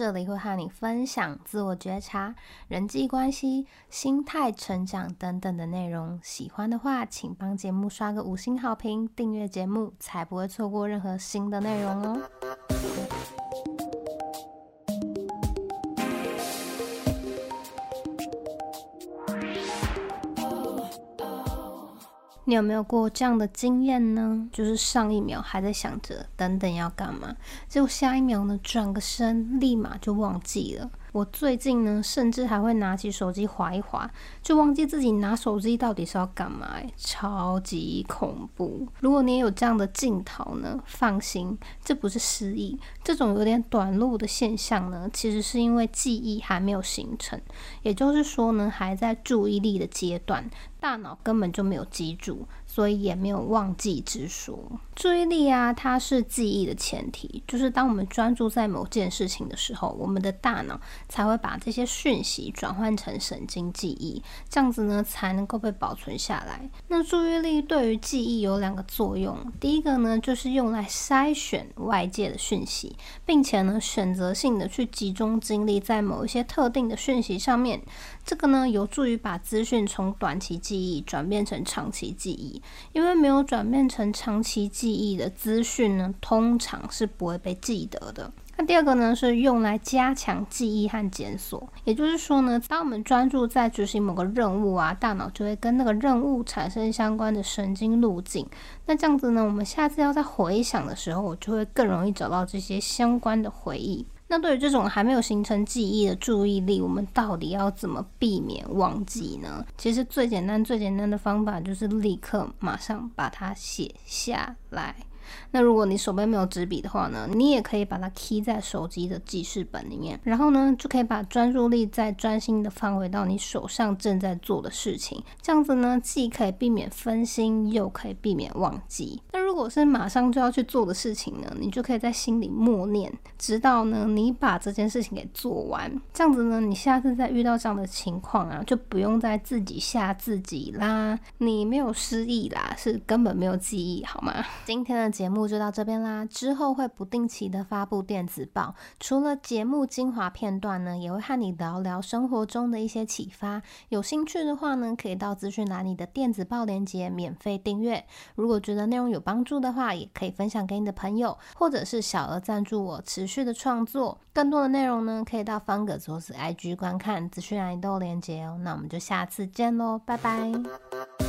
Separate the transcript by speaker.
Speaker 1: 这里会和你分享自我觉察、人际关系、心态成长等等的内容。喜欢的话，请帮节目刷个5星好评，订阅节目，才不会错过任何新的内容哦。你有没有过这样的经验呢？就是上一秒还在想着等等要干嘛，结果下一秒呢，转个身立马就忘记了。我最近呢，甚至还会拿起手机滑一滑，就忘记自己拿手机到底是要干嘛，超级恐怖。如果你也有这样的镜头呢，放心，这不是失忆，这种有点短路的现象呢，其实是因为记忆还没有形成，也就是说呢，还在注意力的阶段，大脑根本就没有记住，所以也没有忘记之说。注意力啊，它是记忆的前提，就是当我们专注在某件事情的时候，我们的大脑才会把这些讯息转换成神经记忆，这样子呢才能够被保存下来。那注意力对于记忆有2个作用，第一个呢就是用来筛选外界的讯息，并且呢选择性的去集中精力在某一些特定的讯息上面，这个呢有助于把资讯从短期记忆转变成长期记忆，因为没有转变成长期记忆的资讯呢，通常是不会被记得的。那第2个呢是用来加强记忆和检索，也就是说呢，当我们专注在执行某个任务啊，大脑就会跟那个任务产生相关的神经路径，那这样子呢，我们下次要在回想的时候，我就会更容易找到这些相关的回忆。那对于这种还没有形成记忆的注意力，我们到底要怎么避免忘记呢？其实最简单的方法就是立刻马上把它写下来。那如果你手边没有纸笔的话呢，你也可以把它 key 在手机的记事本里面，然后呢就可以把专注力再专心的放回到你手上正在做的事情，这样子呢既可以避免分心，又可以避免忘记。那如果是马上就要去做的事情呢，你就可以在心里默念，直到呢你把这件事情给做完，这样子呢你下次再遇到这样的情况啊，就不用再自己吓自己啦，你没有失忆啦，是根本没有记忆好吗？今天的节目就到这边啦，之后会不定期的发布电子报，除了节目精华片段呢，也会和你聊聊生活中的一些启发。有兴趣的话呢，可以到资讯栏里的电子报连结免费订阅。如果觉得内容有帮助的话，也可以分享给你的朋友，或者是小额赞助我持续的创作。更多的内容呢，可以到方格子或是 IG 观看，资讯栏里都有连结哦。那我们就下次见咯，拜拜。